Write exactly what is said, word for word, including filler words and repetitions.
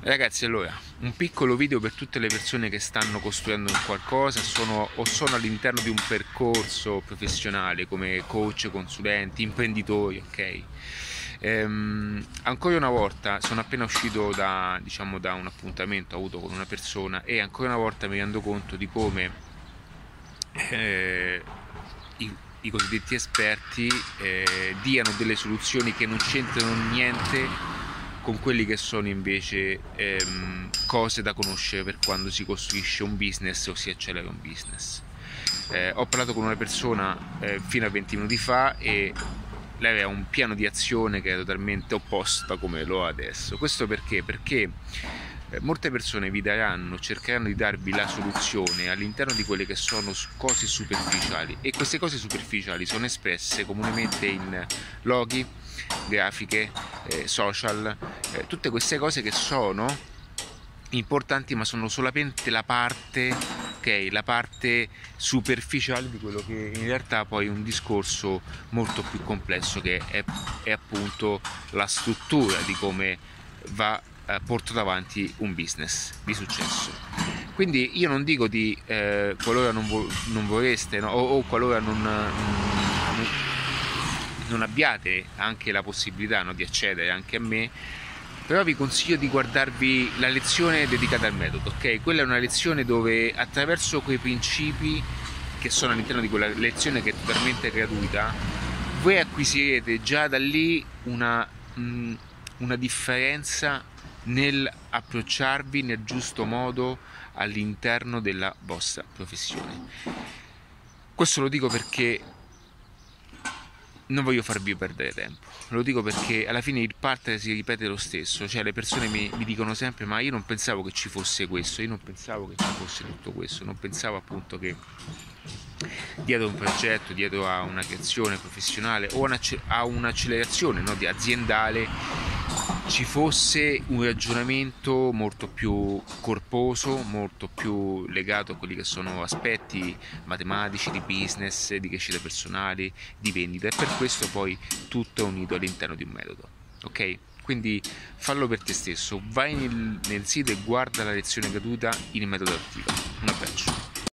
Ragazzi, allora, un piccolo video per tutte le persone che stanno costruendo un qualcosa sono, o sono all'interno di un percorso professionale come coach, consulenti, imprenditori, ok? Ehm, ancora una volta sono appena uscito da, diciamo, da un appuntamento avuto con una persona e ancora una volta mi rendo conto di come eh, i, i cosiddetti esperti eh, diano delle soluzioni che non c'entrano niente con quelli che sono invece ehm, cose da conoscere per quando si costruisce un business o si accelera un business. Eh, ho parlato con una persona eh, fino a venti minuti fa e lei aveva un piano di azione che è totalmente opposto a come lo ha adesso. Questo perché? Perché eh, molte persone vi daranno, cercheranno di darvi la soluzione all'interno di quelle che sono cose superficiali, e queste cose superficiali sono espresse comunemente in loghi, grafiche, eh, social, eh, tutte queste cose che sono importanti ma sono solamente la parte, ok, la parte superficiale di quello che in realtà poi è un discorso molto più complesso, che è, è appunto la struttura di come va eh, portato avanti un business di successo. Quindi io non dico di eh, qualora non, vo- non vorreste, no? o, o qualora non, non non abbiate anche la possibilità, no, di accedere anche a me, però vi consiglio di guardarvi la lezione dedicata al metodo, ok? Quella è una lezione dove attraverso quei principi che sono all'interno di quella lezione, che è totalmente gratuita, voi acquisirete già da lì una, mh, una differenza nel approcciarvi nel giusto modo all'interno della vostra professione. Questo lo dico perché non voglio farvi perdere tempo, lo dico perché alla fine il partner si ripete lo stesso, cioè le persone mi, mi dicono sempre: ma io non pensavo che ci fosse questo, io non pensavo che ci fosse tutto questo, non pensavo appunto che dietro un progetto, dietro a una creazione professionale o a un'accelerazione, no, di aziendale ci fosse un ragionamento molto più corposo, molto più legato a quelli che sono aspetti matematici, di business, di crescita personale, di vendita, e per questo poi tutto è unito all'interno di un metodo, ok? Quindi fallo per te stesso, vai nel, nel sito e guarda la lezione gratuita in metodo attivo. Un abbraccio.